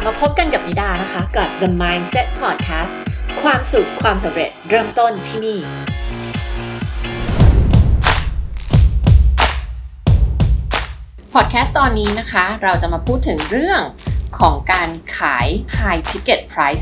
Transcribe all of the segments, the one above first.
มาพบกันกับนิดานะคะกับ The Mindset Podcast ความสุขความสำเร็จเริ่มต้นที่นี่พอดแคสต์ตอนนี้นะคะเราจะมาพูดถึงเรื่องของการขาย High Ticket Price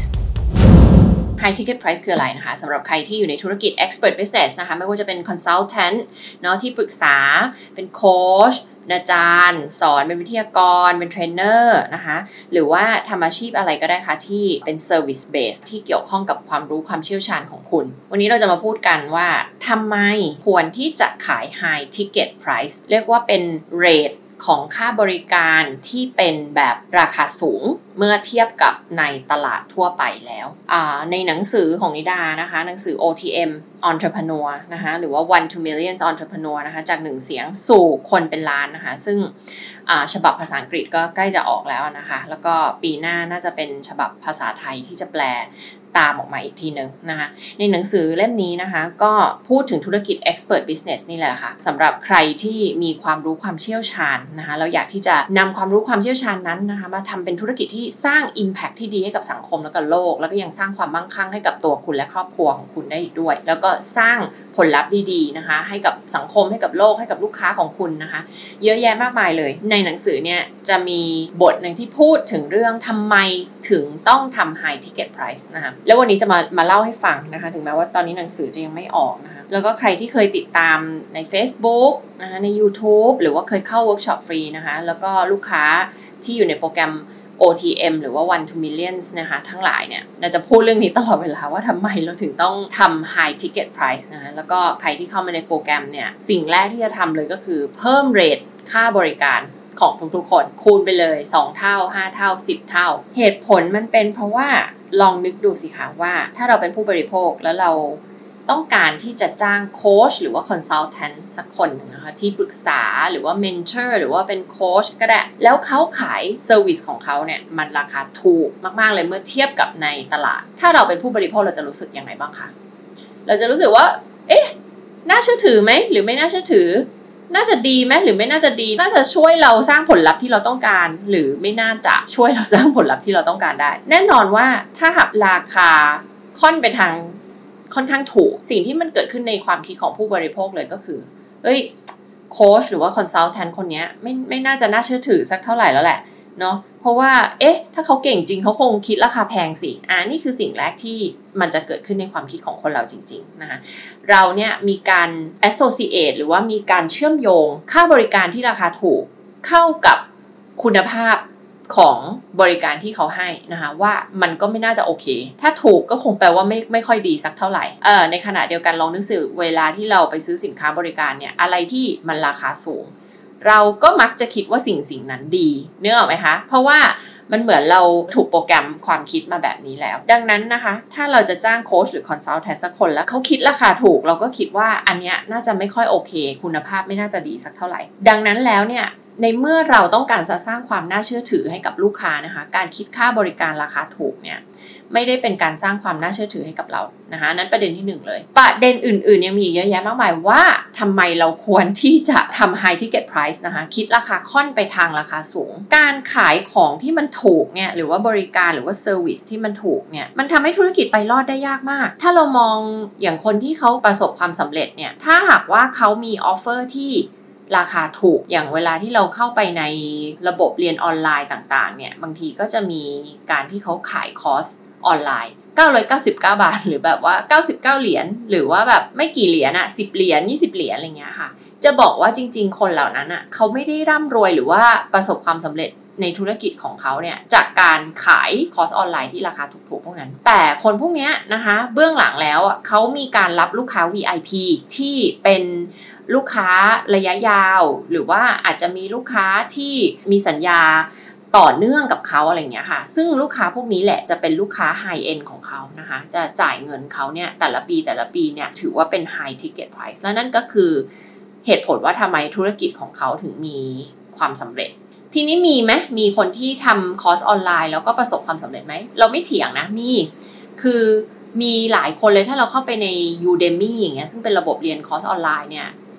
High Ticket Price คืออะไรนะคะสำหรับใครที่อยู่ในธุรกิจ Expert Business นะคะไม่ว่าจะเป็น Consultant เนาะที่ปรึกษาเป็นโค้ชอาจารย์สอนเป็นวิทยากรเป็นเทรนเนอร์นะคะหรือว่าทำอาชีพอะไรก็ได้ค่ะที่เป็น Service Base ที่เกี่ยวข้องกับความรู้ความเชี่ยวชาญของคุณวันนี้เราจะมาพูดกันว่าทำไมควรที่จะขาย High Ticket Price เรียกว่าเป็น Rateของค่าบริการที่เป็นแบบราคาสูงเมื่อเทียบกับในตลาดทั่วไปแล้วในหนังสือของนิดานะคะหนังสือ OTM Entrepreneur นะคะหรือว่า One to Millions Entrepreneur นะคะจาก1เสียงสู่คนเป็นล้านนะคะซึ่งฉบับภาษาอังกฤษก็ใกล้จะออกแล้วนะคะแล้วก็ปีหน้าน่าจะเป็นฉบับภาษาไทยที่จะแปลตามออกมาอีกทีนึงนะคะในหนังสือเล่มนี้นะคะก็พูดถึงธุรกิจ Expert Business นี่แหละค่ะสำหรับใครที่มีความรู้ความเชี่ยวชาญนะคะเราอยากที่จะนำความรู้ความเชี่ยวชาญนั้นนะคะมาทำเป็นธุรกิจที่สร้าง Impact ที่ดีให้กับสังคมและกับโลกแล้วก็ยังสร้างความมั่งคั่งให้กับตัวคุณและครอบครัวของคุณได้อีกด้วยแล้วก็สร้างผลลัพธ์ดีๆนะคะให้กับสังคมให้กับโลกให้กับลูกค้าของคุณนะคะเยอะแยะมากมายเลยในหนังสือเนี่ยจะมีบทหนึ่งที่พูดถึงเรื่องทำไมถึงต้องทำ High Ticket Price นะคะแล้ววันนี้จะมาเล่าให้ฟังนะคะถึงแม้ว่าตอนนี้หนังสือจะยังไม่ออกนะคะแล้วก็ใครที่เคยติดตามใน Facebook นะคะใน YouTube หรือว่าเคยเข้าเวิร์กช็อปฟรีนะคะแล้วก็ลูกค้าที่อยู่ในโปรแกรม OTM หรือว่า One to Millions นะคะทั้งหลายเนี่ยเราจะพูดเรื่องนี้ตลอดเวลาว่าทำไมเราถึงต้องทำ High Ticket Price นะคะแล้วก็ใครที่เข้ามาในโปรแกรมเนี่ยสิ่งแรกที่จะทำเลยก็คือเพิ่มเรทค่าบริการของทุกๆคนคูณไปเลย2เท่า5เท่า10เท่าเหตุผลมันเป็นเพราะว่าลองนึกดูสิคะว่าถ้าเราเป็นผู้บริโภคแล้วเราต้องการที่จะจ้างโค้ชหรือว่าคอนซัลแทนท์สักคนนึงนะคะที่ปรึกษาหรือว่าเมนเทอร์หรือว่าเป็นโค้ชก็ได้แล้วเขาขายเซอร์วิสของเขาเนี่ยมันราคาถูกมากๆเลยเมื่อเทียบกับในตลาดถ้าเราเป็นผู้บริโภคเราจะรู้สึกยังไงบ้างคะเราจะรู้สึกว่าเอ๊ะน่าเชื่อถือไหมหรือไม่น่าเชื่อถือน่าจะดีไหมหรือไม่น่าจะดีน่าจะช่วยเราสร้างผลลัพธ์ที่เราต้องการหรือไม่น่าจะช่วยเราสร้างผลลัพธ์ที่เราต้องการได้แน่นอนว่าถ้าหากราคาค่อนไปทางค่อนข้างถูกสิ่งที่มันเกิดขึ้นในความคิดของผู้บริโภคเลยก็คือเอ้ยโค้ชหรือว่าคอนซัลแทนท์คนนี้ไม่น่าจะน่าเชื่อถือสักเท่าไหร่แล้วแหละเนาะเพราะว่าเอ๊ะถ้าเขาเก่งจริงเขาคงคิดราคาแพงสินี่คือสิ่งแรกที่มันจะเกิดขึ้นในความคิดของคนเราจริงๆนะคะเราเนี่ยมีการ associate หรือว่ามีการเชื่อมโยงค่าบริการที่ราคาถูกเข้ากับคุณภาพของบริการที่เขาให้นะคะว่ามันก็ไม่น่าจะโอเคถ้าถูกก็คงแปลว่าไม่ค่อยดีสักเท่าไหร่ในขณะเดียวกันลองนึกถึงเวลาที่เราไปซื้อสินค้าบริการเนี่ยอะไรที่มันราคาสูงเราก็มักจะคิดว่าสิ่งนั้นดีเนื้อออกไหมคะเพราะว่ามันเหมือนเราถูกโปรแกรมความคิดมาแบบนี้แล้วดังนั้นนะคะถ้าเราจะจ้างโค้ชหรือคอนซัลแทนท์สักคนแล้วเขาคิดราคาถูกเราก็คิดว่าอันเนี้ยน่าจะไม่ค่อยโอเคคุณภาพไม่น่าจะดีสักเท่าไหร่ดังนั้นแล้วเนี่ยในเมื่อเราต้องการจะสร้างความน่าเชื่อถือให้กับลูกค้านะคะการคิดค่าบริการราคาถูกเนี่ยไม่ได้เป็นการสร้างความน่าเชื่อถือให้กับเรานะคะนั้นประเด็นที่1เลยประเด็นอื่นๆยังมีเยอะแยะมากมายว่าทำไมเราควรที่จะทำ High Ticket Price นะคะคิดราคาค่อนไปทางราคาสูงการขายของที่มันถูกเนี่ยหรือว่าบริการหรือว่า Service ที่มันถูกเนี่ยมันทำให้ธุรกิจไปรอดได้ยากมากถ้าเรามองอย่างคนที่เขาประสบความสำเร็จเนี่ยถ้าหากว่าเขามีออฟเฟอร์ที่ราคาถูกอย่างเวลาที่เราเข้าไปในระบบเรียนออนไลน์ต่างๆเนี่ยบางทีก็จะมีการที่เขาขายคอร์สออนไลน์999 บาทหรือแบบว่า99เหรียญหรือว่าแบบไม่กี่เหรียญ10เหรียญ20เหรียญอะไรเงี้ยค่ะจะบอกว่าจริงๆคนเหล่านั้นเขาไม่ได้ร่ำรวยหรือว่าประสบความสำเร็จในธุรกิจของเขาเนี่ยจากการขายคอร์สออนไลน์ที่ราคาถูกๆพวกนั้นแต่คนพวกนี้นะคะเบื้องหลังแล้วเขามีการรับลูกค้า VIP ที่เป็นลูกค้าระยะยาวหรือว่าอาจจะมีลูกค้าที่มีสัญญาต่อเนื่องกับเขาอะไรเงี้ยค่ะซึ่งลูกค้าพวกนี้แหละจะเป็นลูกค้า high end ของเขานะคะจะจ่ายเงินเขาเนี่ยแต่ละปีเนี่ยถือว่าเป็น high ticket price และนั่นก็คือเหตุผลว่าทำไมธุรกิจของเขาถึงมีความสำเร็จทีนี้มีคนที่ทำคอร์สออนไลน์แล้วก็ประสบความสำเร็จไหมเราไม่เถียงนะคือมีหลายคนเลยถ้าเราเข้าไปใน Udemy อย่างเงี้ยซึ่งเป็นระบบเรียนคอร์สออนไลน์เนี่ย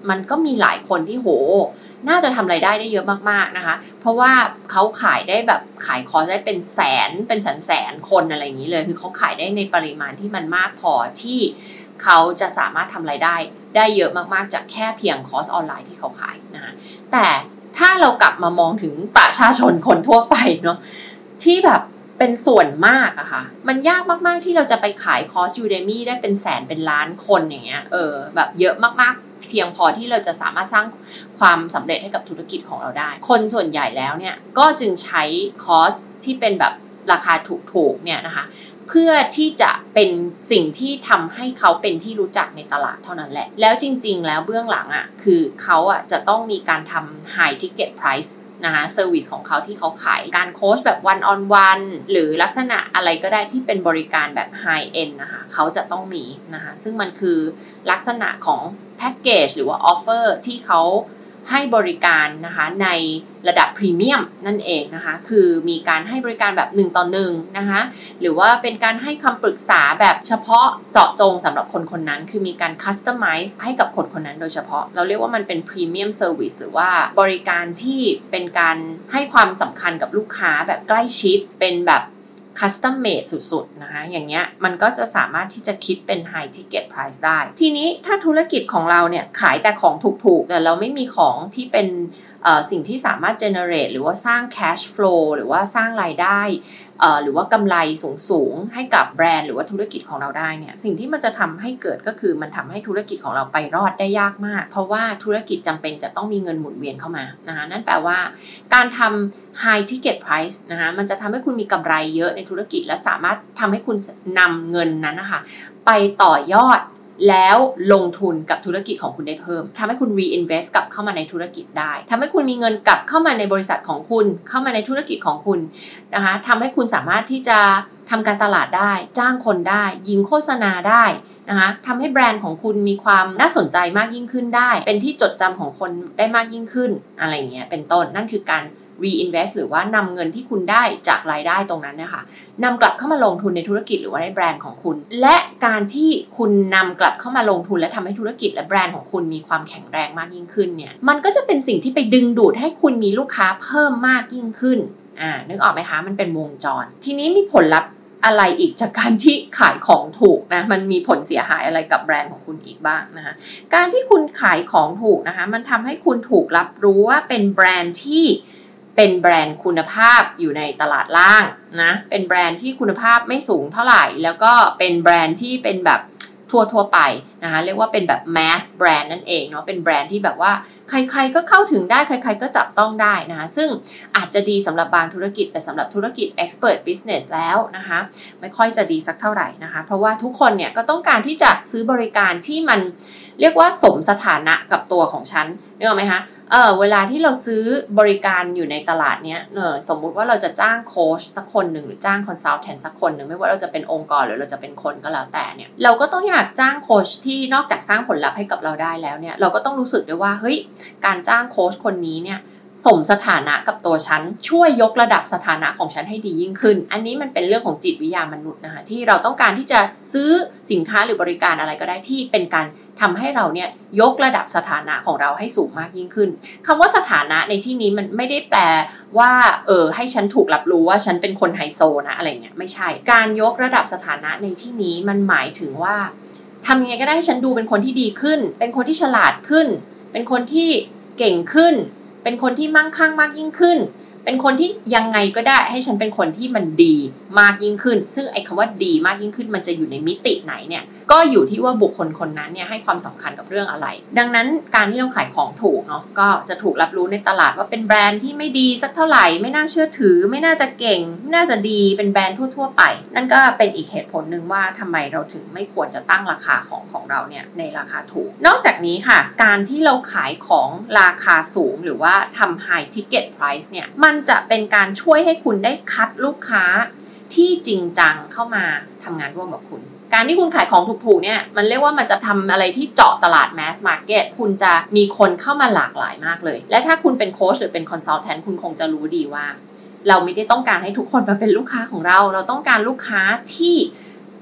มันก็มีหลายคนที่น่าจะทำรายได้ได้เยอะมากๆนะคะเพราะว่าเขาขายได้แบบขายคอร์สได้เป็นแสนคนอะไรอย่างนี้เลยคือเขาขายได้ในปริมาณที่มันมากพอที่เขาจะสามารถทำรายได้เยอะมากๆจากแค่เพียงคอร์สออนไลน์ที่เขาขายนะคะแต่ถ้าเรากลับมามองถึงประชาชนคนทั่วไปเนาะที่แบบเป็นส่วนมากอะค่ะมันยากมากๆที่เราจะไปขายคอร์ส Udemy ได้เป็นแสนเป็นล้านคนอย่างเงี้ยแบบเยอะมากๆเพียงพอที่เราจะสามารถสร้างความสำเร็จให้กับธุรกิจของเราได้คนส่วนใหญ่แล้วเนี่ยก็จึงใช้คอร์สที่เป็นแบบราคาถูกๆเนี่ยนะคะเพื่อที่จะเป็นสิ่งที่ทำให้เขาเป็นที่รู้จักในตลาดเท่านั้นแหละแล้วจริงๆแล้วเบื้องหลังอ่ะคือเขาอ่ะจะต้องมีการทำ high ticket price นะคะเซอร์วิสของเขาที่เขาขายการโค้ชแบบ one on one หรือลักษณะอะไรก็ได้ที่เป็นบริการแบบ high end นะคะเขาจะต้องมีนะคะซึ่งมันคือลักษณะของแพ็กเกจหรือว่าออฟเฟอร์ที่เขาให้บริการนะคะในระดับพรีเมียมนั่นเองนะคะคือมีการให้บริการแบบ1 ต่อ 1นะคะหรือว่าเป็นการให้คำปรึกษาแบบเฉพาะเจาะจงสำหรับคนคนนั้นคือมีการคัสตอมไมซ์ให้กับคนคนนั้นโดยเฉพาะเราเรียกว่ามันเป็นพรีเมียมเซอร์วิสหรือว่าบริการที่เป็นการให้ความสำคัญกับลูกค้าแบบใกล้ชิดเป็นแบบcustom made สุดๆนะคะอย่างเงี้ยมันก็จะสามารถที่จะคิดเป็น high ticket price ได้ทีนี้ถ้าธุรกิจของเราเนี่ยขายแต่ของถูกๆแต่เราไม่มีของที่เป็นสิ่งที่สามารถ generate หรือว่าสร้าง cash flow หรือว่าสร้างรายได้หรือว่ากำไรสูงๆให้กับแบรนด์หรือว่าธุรกิจของเราได้เนี่ยสิ่งที่มันจะทำให้เกิดก็คือมันทำให้ธุรกิจของเราไปรอดได้ยากมากเพราะว่าธุรกิจจำเป็นจะต้องมีเงินหมุนเวียนเข้ามานะคะนั่นแปลว่าการทำ high ticket price นะคะมันจะทำให้คุณมีกำไรเยอะในธุรกิจและสามารถทำให้คุณนำเงินนั้นนะคะไปต่อยอดแล้วลงทุนกับธุรกิจของคุณได้เพิ่มทำให้คุณ reinvest กลับเข้ามาในธุรกิจได้ทำให้คุณมีเงินกลับเข้ามาในบริษัทของคุณเข้ามาในธุรกิจของคุณนะคะทำให้คุณสามารถที่จะทำการตลาดได้จ้างคนได้ยิงโฆษณาได้นะคะทำให้แบรนด์ของคุณมีความน่าสนใจมากยิ่งขึ้นได้เป็นที่จดจำของคนได้มากยิ่งขึ้นอะไรอย่างเงี้ยเป็นต้นนั่นคือการ reinvest หรือว่านำเงินที่คุณได้จากรายได้ตรงนั้นนะคะนำกลับเข้ามาลงทุนในธุรกิจหรือว่าในแบรนด์ของคุณและการที่คุณนำกลับเข้ามาลงทุนและทำให้ธุรกิจและแบรนด์ของคุณมีความแข็งแรงมากยิ่งขึ้นเนี่ยมันก็จะเป็นสิ่งที่ไปดึงดูดให้คุณมีลูกค้าเพิ่มมากยิ่งขึ้นนึกออกไหมคะมันเป็นวงจรทีนี้มีผลลัพธ์อะไรอีกจากการที่ขายของถูกนะมันมีผลเสียหายอะไรกับแบรนด์ของคุณอีกบ้างนะคะการที่คุณขายของถูกนะคะมันทำให้คุณถูกรับรู้ว่าเป็นแบรนด์ที่เป็นแบรนด์คุณภาพอยู่ในตลาดล่างนะเป็นแบรนด์ที่คุณภาพไม่สูงเท่าไหร่แล้วก็เป็นแบรนด์ที่เป็นแบบทั่วไปนะคะเรียกว่าเป็นแบบ mass brand นั่นเองเนาะเป็นแบรนด์ที่แบบว่าใครๆก็เข้าถึงได้ใครๆก็จับต้องได้นะคะซึ่งอาจจะดีสำหรับบางธุรกิจแต่สำหรับธุรกิจ expert business แล้วนะคะไม่ค่อยจะดีสักเท่าไหร่นะคะเพราะว่าทุกคนเนี่ยก็ต้องการที่จะซื้อบริการที่มันเรียกว่าสมสถานะกับตัวของฉันนึกออกไหมคะเวลาที่เราซื้อบริการอยู่ในตลาดเนี้ยสมมุติว่าเราจะจ้างโค้ชสักคนหนึ่งหรือจ้างคอนซัลแทนสักคนหนึ่งไม่ว่าเราจะเป็นองค์กรหรือเราจะเป็นคนก็แล้วแต่เนี่ยเราก็ต้องอยากจ้างโค้ชที่นอกจากสร้างผลลัพธ์ให้กับเราได้แล้วเนี่ยเราก็ต้องรู้สึกด้วยว่าเฮ้ยการจ้างโค้ชคนนี้เนี่ยสมสถานะกับตัวฉันช่วยยกระดับสถานะของฉันให้ดียิ่งขึ้นอันนี้มันเป็นเรื่องของจิตวิทยามนุษย์นะคะที่เราต้องการที่จะซื้อสินค้าหรือบริการอะไรก็ได้ที่เป็นการทำให้เราเนี่ยยกระดับสถานะของเราให้สูงมากยิ่งขึ้นคำว่าสถานะในที่นี้มันไม่ได้แปลว่าให้ฉันถูกรับรู้ว่าฉันเป็นคนไฮโซนะอะไรเงี้ยไม่ใช่การยกระดับสถานะในที่นี้มันหมายถึงว่าทำยังไงก็ได้ให้ฉันดูเป็นคนที่ดีขึ้นเป็นคนที่ฉลาดขึ้นเป็นคนที่เก่งขึ้นเป็นคนที่มั่งคั่งมากยิ่งขึ้นเป็นคนที่ยังไงก็ได้ให้ฉันเป็นคนที่มันดีมากยิ่งขึ้นซึ่งไอ้คำว่าดีมากยิ่งขึ้นมันจะอยู่ในมิติไหนเนี่ยก็อยู่ที่ว่าบุคคลคนนั้นเนี่ยให้ความสำคัญกับเรื่องอะไรดังนั้นการที่เราขายของถูกเนาะก็จะถูกรับรู้ในตลาดว่าเป็นแบรนด์ที่ไม่ดีสักเท่าไหร่ไม่น่าเชื่อถือไม่น่าจะเก่งไม่น่าจะดีเป็นแบรนด์ทั่วๆไปนั่นก็เป็นอีกเหตุผลหนึ่งว่าทำไมเราถึงไม่ควรจะตั้งราคาของเราเนี่ยในราคาถูกนอกจากนี้ค่ะการที่เราขายของราคาสูงหรือว่าทำ high ticket price เนี่ยมันจะเป็นการช่วยให้คุณได้คัดลูกค้าที่จริงจังเข้ามาทำงานร่วมกับคุณการที่คุณขายของถูกๆเนี่ยมันเรียกว่ามันจะทำอะไรที่เจาะตลาด mass market คุณจะมีคนเข้ามาหลากหลายมากเลยและถ้าคุณเป็นโค้ชหรือเป็นคอนซัลแทนท์คุณคงจะรู้ดีว่าเราไม่ได้ต้องการให้ทุกคนมาเป็นลูกค้าของเราต้องการลูกค้าที่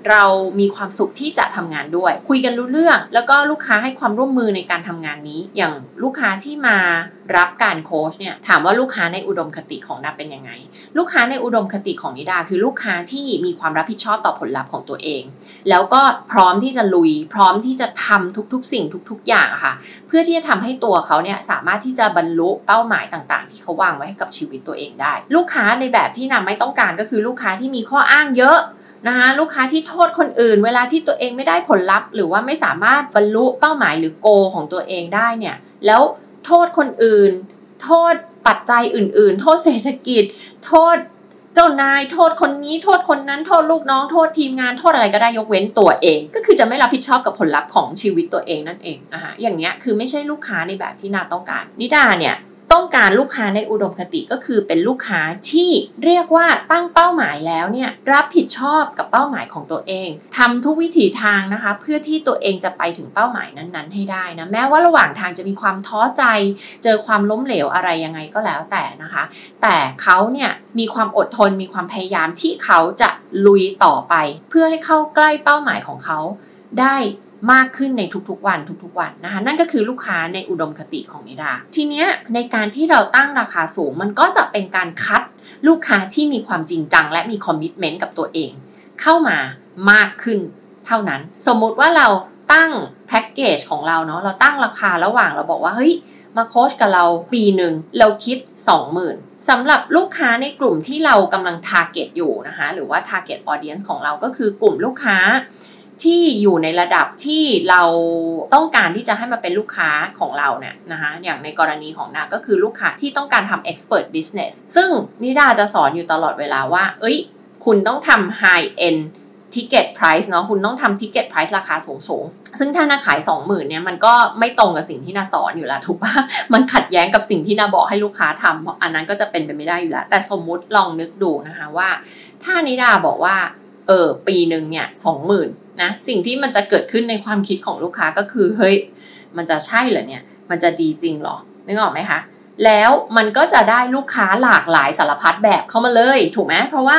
เรามีความสุขที่จะทำงานด้วยคุยกันรู้เรื่องแล้วก็ลูกค้าให้ความร่วมมือในการทำงานนี้อย่างลูกค้าที่มารับการโค้ชเนี่ยถามว่าลูกค้าในอุดมคติของนิดาเป็นยังไงลูกค้าในอุดมคติของนิดาคือลูกค้าที่มีความรับผิดชอบต่อผลลัพธ์ของตัวเองแล้วก็พร้อมที่จะลุยพร้อมที่จะทำทุกๆสิ่งทุกๆอย่างค่ะเพื่อที่จะทำให้ตัวเขาเนี่ยสามารถที่จะบรรลุเป้าหมายต่างๆที่เขาวางไว้ให้กับชีวิตตัวเองได้ลูกค้าในแบบที่นิดาไม่ต้องการก็คือลูกค้าที่มีข้ออ้างเยอะนะคะลูกค้าที่โทษคนอื่นเวลาที่ตัวเองไม่ได้ผลลัพธ์หรือว่าไม่สามารถบรรลุเป้าหมายหรือโกของตัวเองได้เนี่ยแล้วโทษคนอื่นโทษปัจจัยอื่นๆโทษเศรษฐกิจโทษเจ้านายโทษคนนี้โทษคนนั้นโทษลูกน้องโทษทีมงานโทษอะไรก็ได้ยกเว้นตัวเองก็คือจะไม่รับผิดชอบกับผลลัพธ์ของชีวิตตัวเองนั่นเองนะคะอย่างเงี้ยคือไม่ใช่ลูกค้าในแบบที่นิดาต้องการนิดาเนี่ยต้องการลูกค้าในอุดมคติก็คือเป็นลูกค้าที่เรียกว่าตั้งเป้าหมายแล้วเนี่ยรับผิดชอบกับเป้าหมายของตัวเองทำทุกวิถีทางนะคะเพื่อที่ตัวเองจะไปถึงเป้าหมายนั้นๆให้ได้นะแม้ว่าระหว่างทางจะมีความท้อใจเจอความล้มเหลวอะไรยังไงก็แล้วแต่นะคะแต่เขาเนี่ยมีความอดทนมีความพยายามที่เขาจะลุยต่อไปเพื่อให้เข้าใกล้เป้าหมายของเขาได้มากขึ้นในทุกๆวันนะคะนั่นก็คือลูกค้าในอุดมคติของนิดาทีเนี้ยในการที่เราตั้งราคาสูงมันก็จะเป็นการคัดลูกค้าที่มีความจริงจังและมีคอมมิตเมนต์กับตัวเองเข้ามามากขึ้นเท่านั้นสมมุติว่าเราตั้งแพ็คเกจของเราเนาะเราตั้งราคาระหว่างเราบอกว่าเฮ้ยมาโค้ชกับเราปีนึงเราคิด 20,000 สำหรับลูกค้าในกลุ่มที่เรากำลัง target อยู่นะคะหรือว่า target audience ของเราก็คือกลุ่มลูกค้าที่อยู่ในระดับที่เราต้องการที่จะให้มาเป็นลูกค้าของเราเนี่ยนะคะอย่างในกรณีของนิดาก็คือลูกค้าที่ต้องการทำ expert business ซึ่งนิดาจะสอนอยู่ตลอดเวลาว่าคุณต้องทำ high end ticket price เนาะคุณต้องทำ ticket price ราคาสูงซึ่งถ้านาขาย 20,000 เนี่ยมันก็ไม่ตรงกับสิ่งที่นาสอนอยู่แล้วถูกปะมันขัดแย้งกับสิ่งที่นาบอกให้ลูกค้าทำเพราะอันนั้นก็จะเป็นไปไม่ได้อยู่แล้วแต่สมมุติลองนึกดูนะคะว่าถ้านิดาบอกว่าปีนึงเนี่ย 20,000 นะสิ่งที่มันจะเกิดขึ้นในความคิดของลูกค้าก็คือเฮ้ยมันจะใช่เหรอเนี่ยมันจะดีจริงเหรอนึกออกไหมคะแล้วมันก็จะได้ลูกค้าหลากหลายสารพัดแบบเข้ามาเลยถูกไหมเพราะว่า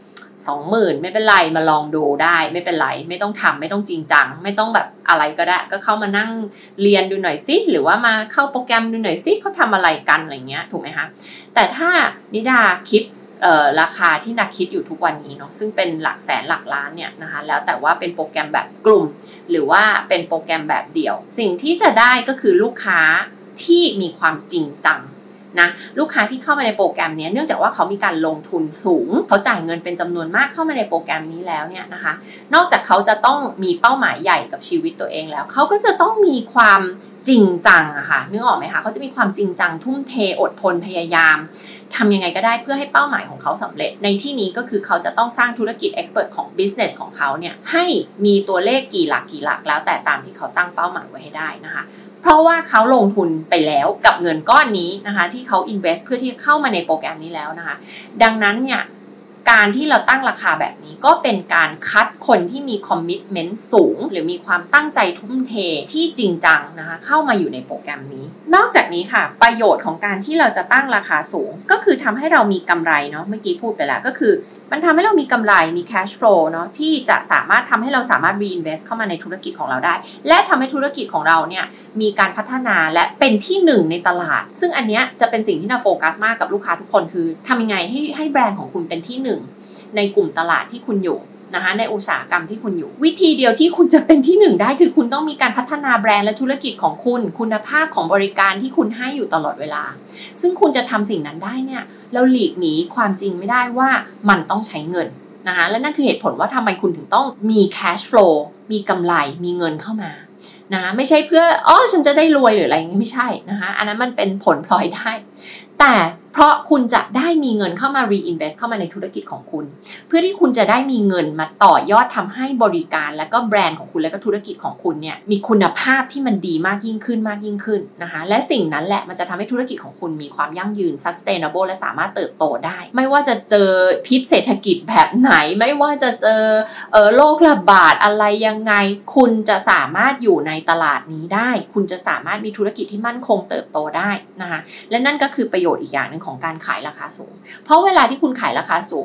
20,000 ไม่เป็นไรมาลองดูได้ไม่เป็นไรไม่ต้องทำไม่ต้องจริงจังไม่ต้องแบบอะไรก็ได้ก็เข้ามานั่งเรียนดูหน่อยสิหรือว่ามาเข้าโปรแกรมดูหน่อยสิเขาทำอะไรกันอะไรเงี้ยถูกไหมคะแต่ถ้านิดาคิดราคาที่นักคิดอยู่ทุกวันนี้เนาะซึ่งเป็นหลักแสนหลักล้านเนี่ยนะคะแล้วแต่ว่าเป็นโปรแกรมแบบกลุ่มหรือว่าเป็นโปรแกรมแบบเดี่ยวสิ่งที่จะได้ก็คือลูกค้าที่มีความจริงจังนะลูกค้าที่เข้ามาในโปรแกรมนี้เนื่องจากว่าเขามีการลงทุนสูงเขาจ่ายเงินเป็นจำนวนมากเข้ามาในโปรแกรมนี้แล้วเนี่ยนะคะนอกจากเขาจะต้องมีเป้าหมายใหญ่กับชีวิตตัวเองแล้วเขาก็จะต้องมีความจริงจังอะค่ะนึกออกไหมคะเขาจะมีความจริงจังทุ่มเทอดทนพยายามทำยังไงก็ได้เพื่อให้เป้าหมายของเขาสำเร็จในที่นี้ก็คือเขาจะต้องสร้างธุรกิจ expert ของ business ของเขาเนี่ยให้มีตัวเลขกี่หลักแล้วแต่ตามที่เขาตั้งเป้าหมายไว้ให้ได้นะคะเพราะว่าเขาลงทุนไปแล้วกับเงินก้อนนี้นะคะที่เขา invest เพื่อที่จะเข้ามาในโปรแกรมนี้แล้วนะคะดังนั้นเนี่ยการที่เราตั้งราคาแบบนี้ก็เป็นการคัดคนที่มีคอมมิตเมนต์สูงหรือมีความตั้งใจทุ่มเทที่จริงจังนะคะเข้ามาอยู่ในโปรแกรมนี้นอกจากนี้ค่ะประโยชน์ของการที่เราจะตั้งราคาสูงก็คือทำให้เรามีกำไรเนาะเมื่อกี้พูดไปแล้วก็คือมันทำให้เรามีกำไรมี cash flow เนาะที่จะสามารถทำให้เราสามารถ reinvest เข้ามาในธุรกิจของเราได้และทำให้ธุรกิจของเราเนี่ยมีการพัฒนาและเป็นที่หนึ่งในตลาดซึ่งอันเนี้ยจะเป็นสิ่งที่นาโฟกัสมากกับลูกค้าทุกคนคือทำยังไงให้แบรนด์ของคุณเป็นที่หนึ่งในกลุ่มตลาดที่คุณอยู่นะคะในอุตสาหกรรมที่คุณอยู่วิธีเดียวที่คุณจะเป็นที่หนึ่งได้คือคุณต้องมีการพัฒนาแบรนด์และธุรกิจของคุณคุณภาพของบริการที่คุณให้อยู่ตลอดเวลาซึ่งคุณจะทำสิ่งนั้นได้เนี่ยเราหลีกหนีความจริงไม่ได้ว่ามันต้องใช้เงินนะคะและนั่นคือเหตุผลว่าทำไมคุณถึงต้องมี cash flow มีกำไรมีเงินเข้ามานะไม่ใช่เพื่อฉันจะได้รวยหรืออะไรอย่างนี้ไม่ใช่นะคะอันนั้นมันเป็นผลพลอยได้แต่เพราะคุณจะได้มีเงินเข้ามา reinvest เข้ามาในธุรกิจของคุณเพื่อที่คุณจะได้มีเงินมาต่อยอดทำให้บริการและก็แบรนด์ของคุณและก็ธุรกิจของคุณเนี่ยมีคุณภาพที่มันดีมากยิ่งขึ้นนะคะและสิ่งนั้นแหละมันจะทำให้ธุรกิจของคุณมีความยั่งยืน sustainable และสามารถเติบโตได้ไม่ว่าจะเจอพิษเศรษฐกิจแบบไหนไม่ว่าจะเจอโรคระบาดอะไรยังไงคุณจะสามารถอยู่ในตลาดนี้ได้คุณจะสามารถมีธุรกิจที่มั่นคงเติบโตได้นะคะและนั่นก็คือประโยชน์อีกอย่างนึงของการขายราคาสูงเพราะเวลาที่คุณขายราคาสูงเนี่ย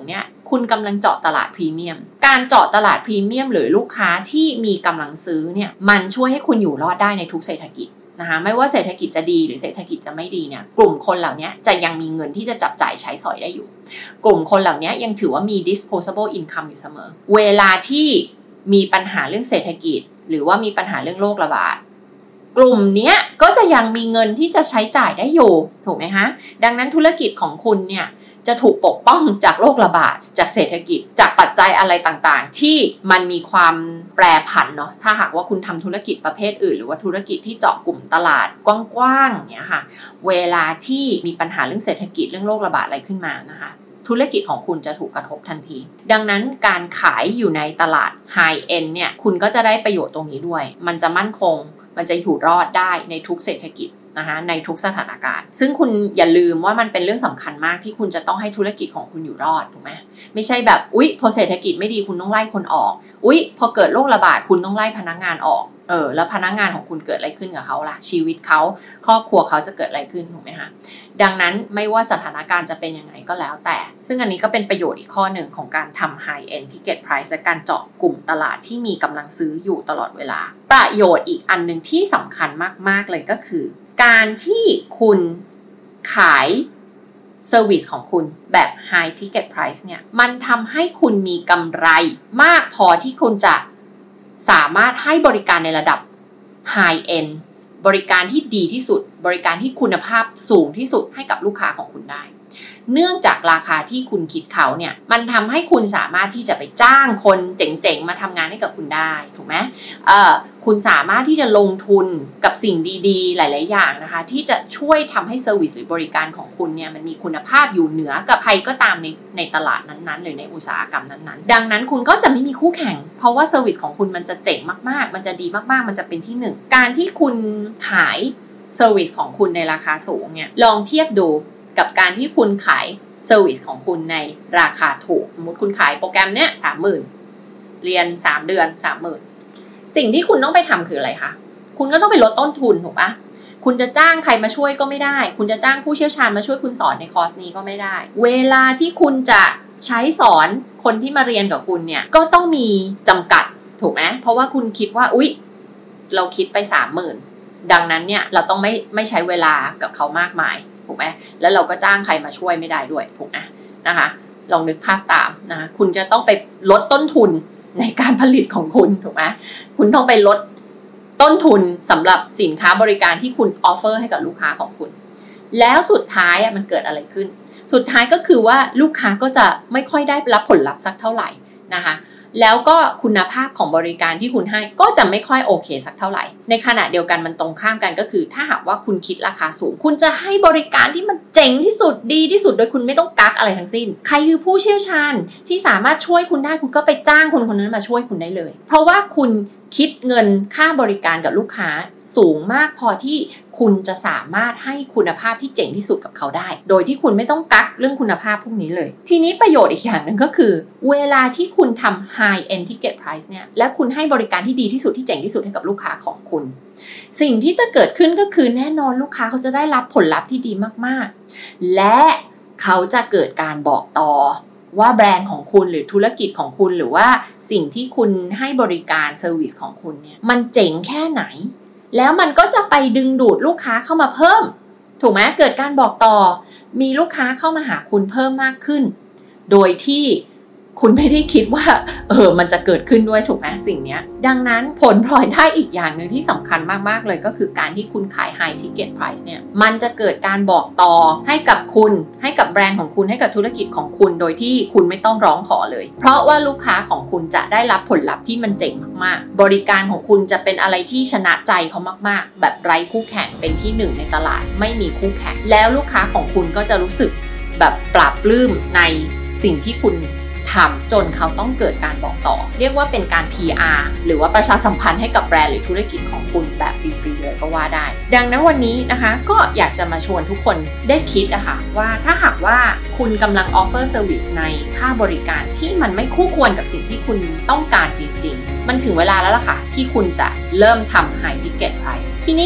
คุณกำลังเจาะตลาดพรีเมียมการเจาะตลาดพรีเมียมหรือลูกค้าที่มีกำลังซื้อเนี่ยมันช่วยให้คุณอยู่รอดได้ในทุกเศรษฐกิจนะคะไม่ว่าเศรษฐกิจจะดีหรือเศรษฐกิจจะไม่ดีเนี่ยกลุ่มคนเหล่านี้จะยังมีเงินที่จะจับจ่ายใช้สอยได้อยู่กลุ่มคนเหล่านี้ยังถือว่ามี disposable income อยู่เสมอเวลาที่มีปัญหาเรื่องเศรษฐกิจหรือว่ามีปัญหาเรื่องโรคระบาดกลุ่มนี้ก็จะยังมีเงินที่จะใช้จ่ายได้อยู่ถูกไหมคะดังนั้นธุรกิจของคุณเนี่ยจะถูกปกป้องจากโรคระบาดจากเศรษฐกิจจากปัจจัยอะไรต่างๆที่มันมีความแปรผันเนาะถ้าหากว่าคุณทำธุรกิจประเภทอื่นหรือว่าธุรกิจที่เจาะกลุ่มตลาดกว้างๆเนี่ยค่ะเวลาที่มีปัญหาเรื่องเศรษฐกิจเรื่องโรคระบาดอะไรขึ้นมานะคะธุรกิจของคุณจะถูกกระทบทันทีดังนั้นการขายอยู่ในตลาด High End เนี่ยคุณก็จะได้ประโยชน์ตรงนี้ด้วยมันจะมั่นคงมันจะอยู่รอดได้ในทุกเศรษฐกิจนะคะในทุกสถานการณ์ซึ่งคุณอย่าลืมว่ามันเป็นเรื่องสำคัญมากที่คุณจะต้องให้ธุรกิจของคุณอยู่รอดถูกไหมไม่ใช่แบบพอเศรษฐกิจไม่ดีคุณต้องไล่คนออกพอเกิดโรคระบาดคุณต้องไล่พนักงานออกแล้วพนักงานของคุณเกิดอะไรขึ้นกับเขาล่ะชีวิตเขาครอบครัวเขาจะเกิดอะไรขึ้นถูกไหมคะดังนั้นไม่ว่าสถานการณ์จะเป็นยังไงก็แล้วแต่ซึ่งอันนี้ก็เป็นประโยชน์อีกข้อหนึ่งของการทำ High End Ticket Price และการเจาะกลุ่มตลาดที่มีกำลังซื้ออยู่ตลอดเวลาประโยชน์อีกอันหนึ่งที่สำคัญมากๆเลยก็คือการที่คุณขายเซอร์วิสของคุณแบบ High Ticket Price เนี่ยมันทำให้คุณมีกำไรมากพอที่คุณจะสามารถให้บริการในระดับ High End บริการที่ดีที่สุดบริการที่คุณภาพสูงที่สุดให้กับลูกค้าของคุณได้เนื่องจากราคาที่คุณคิดเขาเนี่ยมันทำให้คุณสามารถที่จะไปจ้างคนเจ๋งๆมาทำงานให้กับคุณได้ถูกไหมคุณสามารถที่จะลงทุนกับสิ่งดีๆหลายๆอย่างนะคะที่จะช่วยทำให้เซอร์วิสหรือบริการของคุณเนี่ยมันมีคุณภาพอยู่เหนือกับใครก็ตามในตลาดนั้นๆหรือในอุตสาหกรรมนั้นๆดังนั้นคุณก็จะไม่มีคู่แข่งเพราะว่าเซอร์วิสของคุณมันจะเจ๋งมากๆมันจะดีมากๆมันจะเป็นที่หนึ่งการที่คุณขายเซอร์วิสของคุณในราคาสูงเนี่ยลองเทียบดูกับการที่คุณขายเซอร์วิสของคุณในราคาถูกสมมติคุณขายโปรแกรมเนี้ย 30,000 เรียน3เดือน 30,000 สิ่งที่คุณต้องไปทำคืออะไรคะคุณก็ต้องไปลดต้นทุนถูกปะคุณจะจ้างใครมาช่วยก็ไม่ได้คุณจะจ้างผู้เชี่ยวชาญมาช่วยคุณสอนในคอร์สนี้ก็ไม่ได้เวลาที่คุณจะใช้สอนคนที่มาเรียนกับคุณเนี่ยก็ต้องมีจำกัดถูกไหมเพราะว่าคุณคิดว่าเราคิดไป 30,000 ดังนั้นเนี่ยเราต้องไม่ใช้เวลากับเขามากมายถูกไหมแล้วเราก็จ้างใครมาช่วยไม่ได้ด้วยถูกไหมนะคะลองนึกภาพตามนะคะคุณจะต้องไปลดต้นทุนในการผลิตของคุณถูกไหมคุณต้องไปลดต้นทุนสำหรับสินค้าบริการที่คุณออฟเฟอร์ให้กับลูกค้าของคุณแล้วสุดท้ายมันเกิดอะไรขึ้นสุดท้ายก็คือว่าลูกค้าก็จะไม่ค่อยได้รับผลลัพธ์สักเท่าไหร่นะคะแล้วก็คุณภาพของบริการที่คุณให้ก็จะไม่ค่อยโอเคสักเท่าไหร่ในขณะเดียวกันมันตรงข้ามกันก็คือถ้าหากว่าคุณคิดราคาสูงคุณจะให้บริการที่มันเจ๋งที่สุดดีที่สุดโดยคุณไม่ต้องกักอะไรทั้งสิ้นใครคือผู้เชี่ยวชาญที่สามารถช่วยคุณได้คุณก็ไปจ้างคนนั้นมาช่วยคุณได้เลยเพราะว่าคุณคิดเงินค่าบริการกับลูกค้าสูงมากพอที่คุณจะสามารถให้คุณภาพที่เจ๋งที่สุดกับเขาได้โดยที่คุณไม่ต้องกักเรื่องคุณภาพพวกนี้เลยทีนี้ประโยชน์อีกอย่างนึงก็คือเวลาที่คุณทำ High End Ticket Price เนี่ยและคุณให้บริการที่ดีที่สุดที่เจ๋งที่สุดให้กับลูกค้าของคุณสิ่งที่จะเกิดขึ้นก็คือแน่นอนลูกค้าเขาจะได้รับผลลัพธ์ที่ดีมากๆและเขาจะเกิดการบอกต่อว่าแบรนด์ของคุณหรือธุรกิจของคุณหรือว่าสิ่งที่คุณให้บริการเซอร์วิสของคุณเนี่ยมันเจ๋งแค่ไหนแล้วมันก็จะไปดึงดูดลูกค้าเข้ามาเพิ่มถูกไหมเกิดการบอกต่อมีลูกค้าเข้ามาหาคุณเพิ่มมากขึ้นโดยที่คุณไม่ได้คิดว่ามันจะเกิดขึ้นด้วยถูกไหมสิ่งนี้ดังนั้นผลพลอยได้อีกอย่างนึงที่สำคัญมากๆเลยก็คือการที่คุณขาย High Ticket Price เนี่ยมันจะเกิดการบอกต่อให้กับคุณให้กับแบรนด์ของคุณให้กับธุรกิจของคุณโดยที่คุณไม่ต้องร้องขอเลยเพราะว่าลูกค้าของคุณจะได้รับผลลัพธ์ที่มันเจ๋งมากๆบริการของคุณจะเป็นอะไรที่ชนะใจเขามากๆแบบไร้คู่แข่งเป็นที่หนึ่งในตลาดไม่มีคู่แข่งแล้วลูกค้าของคุณก็จะรู้สึกแบบปลาบปลื้มในสิ่งที่คุณทำจนเขาต้องเกิดการบอกต่อเรียกว่าเป็นการ PR หรือว่าประชาสัมพันธ์ให้กับแบรนด์หรือธุรกิจของคุณแบบฟรีๆเลยก็ว่าได้ดังนั้นวันนี้นะคะก็อยากจะมาชวนทุกคนได้คิดนะคะว่าถ้าหากว่าคุณกำลัง offer service ในค่าบริการที่มันไม่คู่ควรกับสิ่งที่คุณต้องการจริงๆมันถึงเวลาแล้วล่ะค่ะที่คุณจะเริ่มทำ High Ticket Price ทีนี้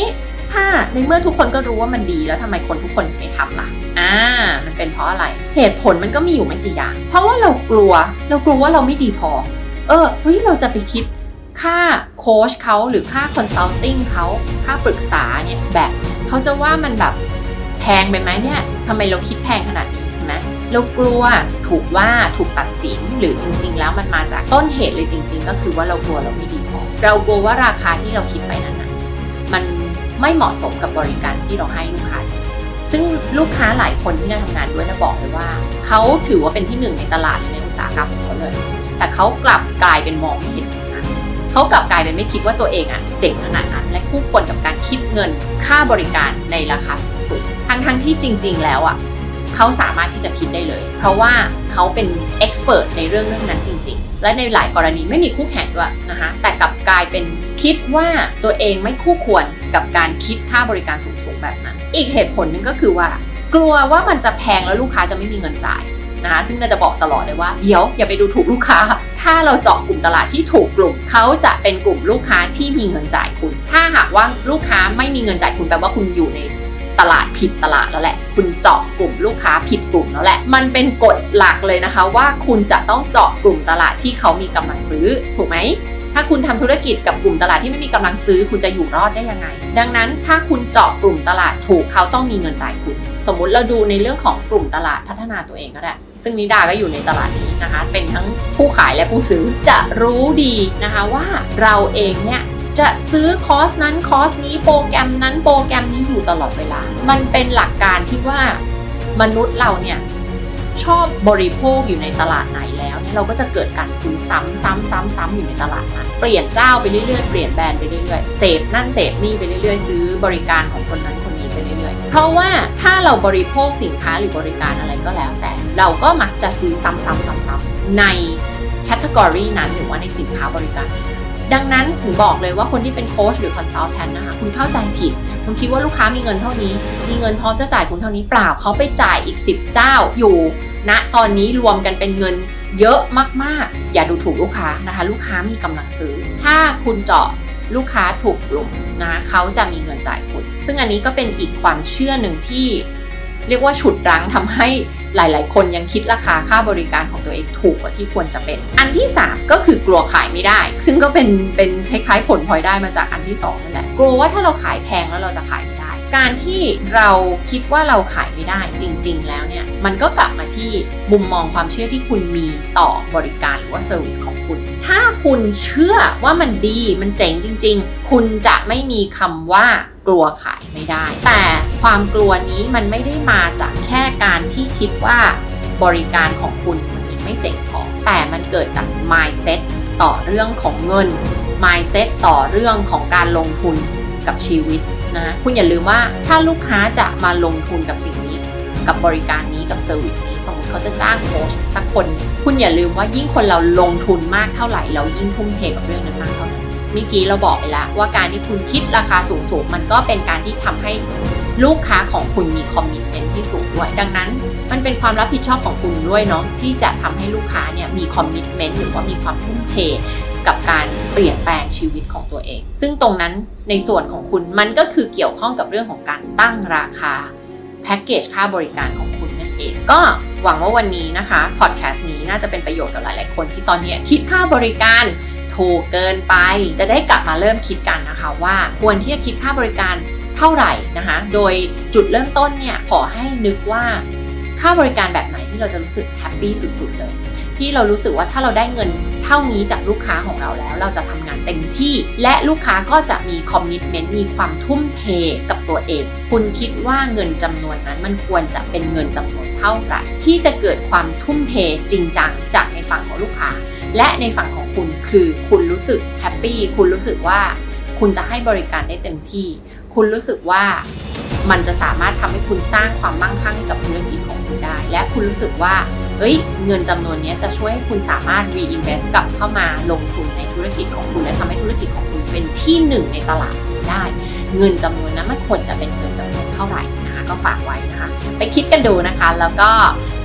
ถ้าในเมื่อทุกคนก็รู้ว่ามันดีแล้วทำไมคนทุกคนไม่ทำล่ะมันเป็นเพราะอะไรเหตุผลมันก็มีอยู่ไม่กี่อย่างเพราะว่าเรากลัวว่าเราไม่ดีพอเราจะไปคิดค่าโค้ชเขาหรือค่าคอนซัลติ้งเขาค่าปรึกษาเนี่ยแบบเขาจะว่ามันแบบแพงไปไหมเนี่ยทำไมเราคิดแพงขนาดนี้ใช่ไหมเรากลัวถูกตัดสินหรือจริงๆแล้วมันมาจากต้นเหตุเลยจริงๆก็คือว่าเรากลัวเราไม่ดีพอเรากลัวว่าราคาที่เราคิดไปนั้นนะมันไม่เหมาะสมกับบริการที่เราให้ลูกค้าจริงๆซึ่งลูกค้าหลายคนที่น่าทำงานด้วยนะบอกเลยว่าเขาถือว่าเป็นที่หนึ่งในตลาดหรือในอุตสาหกรรมของเขาเลยแต่เขากลับกลายเป็นมองไม่เห็นสิ่งนั้นเขากลับกลายเป็นไม่คิดว่าตัวเองเจ๋งขนาดนั้นและคู่ควรกับการคิดเงินค่าบริการในราคาสูงๆทั้งที่จริงๆแล้วเขาสามารถที่จะคิดได้เลยเพราะว่าเขาเป็นเอ็กซ์เพรสในเรื่องนั้นจริงๆและในหลายกรณีไม่มีคู่แข่งด้วยนะคะแต่กลับกลายเป็นคิดว่าตัวเองไม่คู่ควรกับการคิดค่าบริการสูงๆแบบนั้นอีกเหตุผลนึงก็คือว่ากลัวว่ามันจะแพงแล้วลูกค้าจะไม่มีเงินจ่ายนะคะซึ่งน่าจะบอกตลอดเลยว่าเดี๋ยวอย่าไปดูถูกลูกค้าถ้าเราเจาะกลุ่มตลาดที่ถูกกลุ่มเขาจะเป็นกลุ่มลูกค้าที่มีเงินจ่ายคุณถ้าหากว่าลูกค้าไม่มีเงินจ่ายคุณแปลว่าคุณอยู่ในตลาดผิดตลาดแล้วแหละคุณเจาะกลุ่มลูกค้าผิดกลุ่มแล้วแหละมันเป็นกฎหลักเลยนะคะว่าคุณจะต้องเจาะกลุ่มตลาดที่เขามีกำลังซื้อถูกไหมถ้าคุณทำธุรกิจกับกลุ่มตลาดที่ไม่มีกำลังซื้อคุณจะอยู่รอดได้ยังไงดังนั้นถ้าคุณเจาะกลุ่มตลาดถูกเขาต้องมีเงินจ่ายคุณสมมุติเราดูในเรื่องของกลุ่มตลาดพัฒนาตัวเองก็ได้ซึ่งนิดาก็อยู่ในตลาดนี้นะคะเป็นทั้งผู้ขายและผู้ซื้อจะรู้ดีนะคะว่าเราเองเนี่ยจะซื้อคอร์สนั้นคอร์สนี้โปรแกรมนั้นโปรแกรมนี้อยู่ตลอดเวลามันเป็นหลักการที่ว่ามนุษย์เราเนี่ยชอบบริโภคอยู่ในตลาดไหนแล้วเนี่ยเราก็จะเกิดการซื้อซ้ำอยู่ในตลาดนั้นเปลี่ยนเจ้าไปเรื่อยๆเปลี่ยนแบรนด์ไปเรื่อยๆเสพนั่นเสพนี่ไปเรื่อยๆซื้อบริการของคนนั้นคนนี้ไปเรื่อยๆเพราะว่าถ้าเราบริโภคสินค้าหรือบริการอะไรก็แล้วแต่เราก็มักจะซื้อซ้ำๆในแคตตากรีนั้นหรือว่าในสินค้าบริการดังนั้นถึงบอกเลยว่าคนที่เป็นโค้ชหรือคอนซัลแทนนะคะคุณเข้าใจผิดคุณคิดว่าลูกค้ามีเงินเท่านี้มีเงินพร้อมจะจ่ายคุณเท่านี้เปล่าเขาไปจ่ายอีก10เจ้าอยู่ณตอนนี้รวมกันเป็นเงินเยอะมากๆอย่าดูถูกลูกค้านะคะลูกค้ามีกำลังซื้อถ้าคุณเจาะลูกค้าถูกกลุ่มนะเขาจะมีเงินจ่ายคุณซึ่งอันนี้ก็เป็นอีกความเชื่อหนึ่งที่เรียกว่าฉุดรั้งทำให้หลายๆคนยังคิดราคาค่าบริการของตัวเองถูกกว่าที่ควรจะเป็นอันที่3ก็คือกลัวขายไม่ได้ซึ่งก็เป็นคล้ายๆผลพลอยได้มาจากอันที่2นั่นแหละกลัวว่าถ้าเราขายแพงแล้วเราจะขายไม่ได้การที่เราคิดว่าเราขายไม่ได้จริงๆแล้วเนี่ยมันก็กลับมาที่มุมมองความเชื่อที่คุณมีต่อบริการหรือว่าเซอร์วิสของคุณถ้าคุณเชื่อว่ามันดีมันเจ๋งจริงๆคุณจะไม่มีคำว่ากลัวขายไม่ได้แต่ความกลัวนี้มันไม่ได้มาจากแค่การที่คิดว่าบริการของคุณมันไม่เจ๋งพอแต่มันเกิดจาก mindset ต่อเรื่องของเงิน mindset ต่อเรื่องของการลงทุนกับชีวิตนะคุณอย่าลืมว่าถ้าลูกค้าจะมาลงทุนกับสิ่งนี้กับบริการนี้กับเซอร์วิสนี้สมมติเขาจะจ้างโค้ชสักคนคุณอย่าลืมว่ายิ่งคนเราลงทุนมากเท่าไหร่เรายิ่งทุ่มเทกับเรื่องนั้นมากเท่านั้นเมื่อกี้เราบอกไปแล้วว่าการที่คุณคิดราคาสูงมันก็เป็นการที่ทำให้ลูกค้าของคุณมีคอมมิตเมนต์ที่สูงด้วยดังนั้นมันเป็นความรับผิดชอบของคุณด้วยเนาะที่จะทำให้ลูกค้าเนี่ยมีคอมมิตเมนต์หรือว่ามีความทุ่มเทกับการเปลี่ยนแปลงชีวิตของตัวเองซึ่งตรงนั้นในส่วนของคุณมันก็คือเกี่ยวข้องกับเรื่องของการตั้งราคาแพ็กเกจค่าบริการของคุณนั่นเองก็หวังว่าวันนี้นะคะพอดแคสต์นี้น่าจะเป็นประโยชน์กับหลายๆคนที่ตอนนี้คิดค่าบริการถูกเกินไปจะได้กลับมาเริ่มคิดกันนะคะว่าควรที่จะคิดค่าบริการเท่าไหร่นะคะโดยจุดเริ่มต้นเนี่ยขอให้นึกว่าค่าบริการแบบไหนที่เราจะรู้สึกแฮปปี้สุดๆเลยที่เรารู้สึกว่าถ้าเราได้เงินเท่านี้จากลูกค้าของเราแล้วเราจะทำงานเต็มที่และลูกค้าก็จะมีคอมมิตเมนต์มีความทุ่มเทกับตัวเองคุณคิดว่าเงินจำนวนนั้นมันควรจะเป็นเงินจำนวนเท่าไหร่ที่จะเกิดความทุ่มเทจริงจังจากในฝั่งของลูกค้าและในฝั่งของคุณคือคุณรู้สึกแฮปปี้คุณรู้สึกว่าคุณจะให้บริการได้เต็มที่คุณรู้สึกว่ามันจะสามารถทำให้คุณสร้างความมั่งคั่งให้กับธุรกิจของคุณได้และคุณรู้สึกว่าเงินจำนวนนี้จะช่วยให้คุณสามารถ reinvest กลับเข้ามาลงทุนในธุรกิจของคุณและทำให้ธุรกิจของคุณเป็นที่หนึ่งในตลาดนี้ได้เงินจำนวนนั้นมันควรจะเป็นเงินจำนวนเท่าไหร่นะคะก็ฝากไว้นะคะไปคิดกันดูนะคะแล้วก็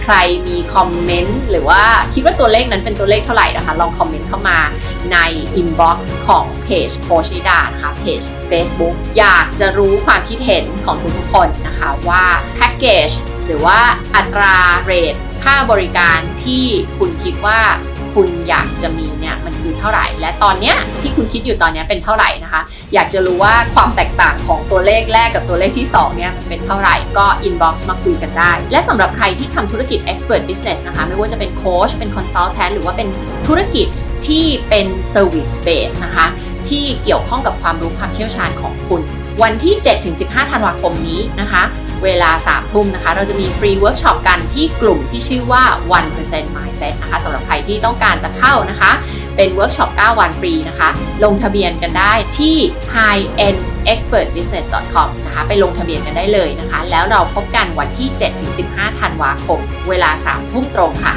ใครมีคอมเมนต์หรือว่าคิดว่าตัวเลขนั้นเป็นตัวเลขเท่าไหร่นะคะลองคอมเมนต์เข้ามาใน inbox ของเพจโคชนิดานะคะเพจ Facebook อยากจะรู้ความคิดเห็นของทุกๆคนนะคะว่าแพ็กเกจหรือว่าอัตราเรทค่าบริการที่คุณคิดว่าคุณอยากจะมีเนี่ยมันคือเท่าไหร่และตอนเนี้ยที่คุณคิดอยู่ตอนนี้เป็นเท่าไหร่นะคะอยากจะรู้ว่าความแตกต่างของตัวเลขแรกกับตัวเลขที่2เนี่ยมันเป็นเท่าไหร่ก็ inbox มาคุยกันได้และสำหรับใครที่ทำธุรกิจ expert business นะคะไม่ว่าจะเป็นโค้ชเป็น consultant หรือว่าเป็นธุรกิจที่เป็น service base นะคะที่เกี่ยวข้องกับความรู้ความเชี่ยวชาญของคุณวันที่ 7-15 ธันวาคมนี้นะคะเวลา 3 ทุ่มนะคะเราจะมีฟรีเวิร์กช็อปกันที่กลุ่มที่ชื่อว่า 1% Mindset นะคะสำหรับใครที่ต้องการจะเข้านะคะเป็นเวิร์กช็อป 9 วันฟรีนะคะลงทะเบียนกันได้ที่ highendexpertbusiness.com นะคะไปลงทะเบียนกันได้เลยนะคะแล้วเราพบกันวันที่ 7-15 ธันวาคมเวลา 3 ทุ่มตรงค่ะ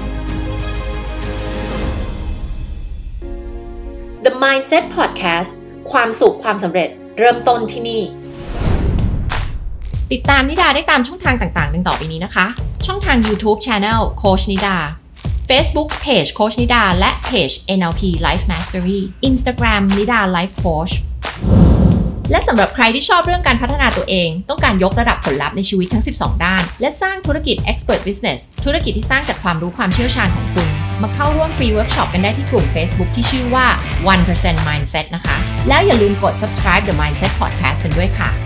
The Mindset Podcast ความสุขความสำเร็จเริ่มต้นที่นี่ติดตามนิดาได้ตามช่องทางต่างๆดังต่อไปนี้นะคะช่องทาง YouTube Channel โคชนิดา Facebook Page โคชนิดาและ Page NLP Life Mastery Instagram นิดา Life Coach และสำหรับใครที่ชอบเรื่องการพัฒนาตัวเองต้องการยกระดับผลลัพธ์ในชีวิตทั้ง12ด้านและสร้างธุรกิจ Expert Business ธุรกิจที่สร้างจากความรู้ความเชี่ยวชาญของคุณมาเข้าร่วมฟรีเวิร์กช็อปกันได้ที่กลุ่ม Facebook ที่ชื่อว่า 1% Mindset นะคะแล้วอย่าลืมกด subscribe The Mindset Podcast กันด้วยค่ะ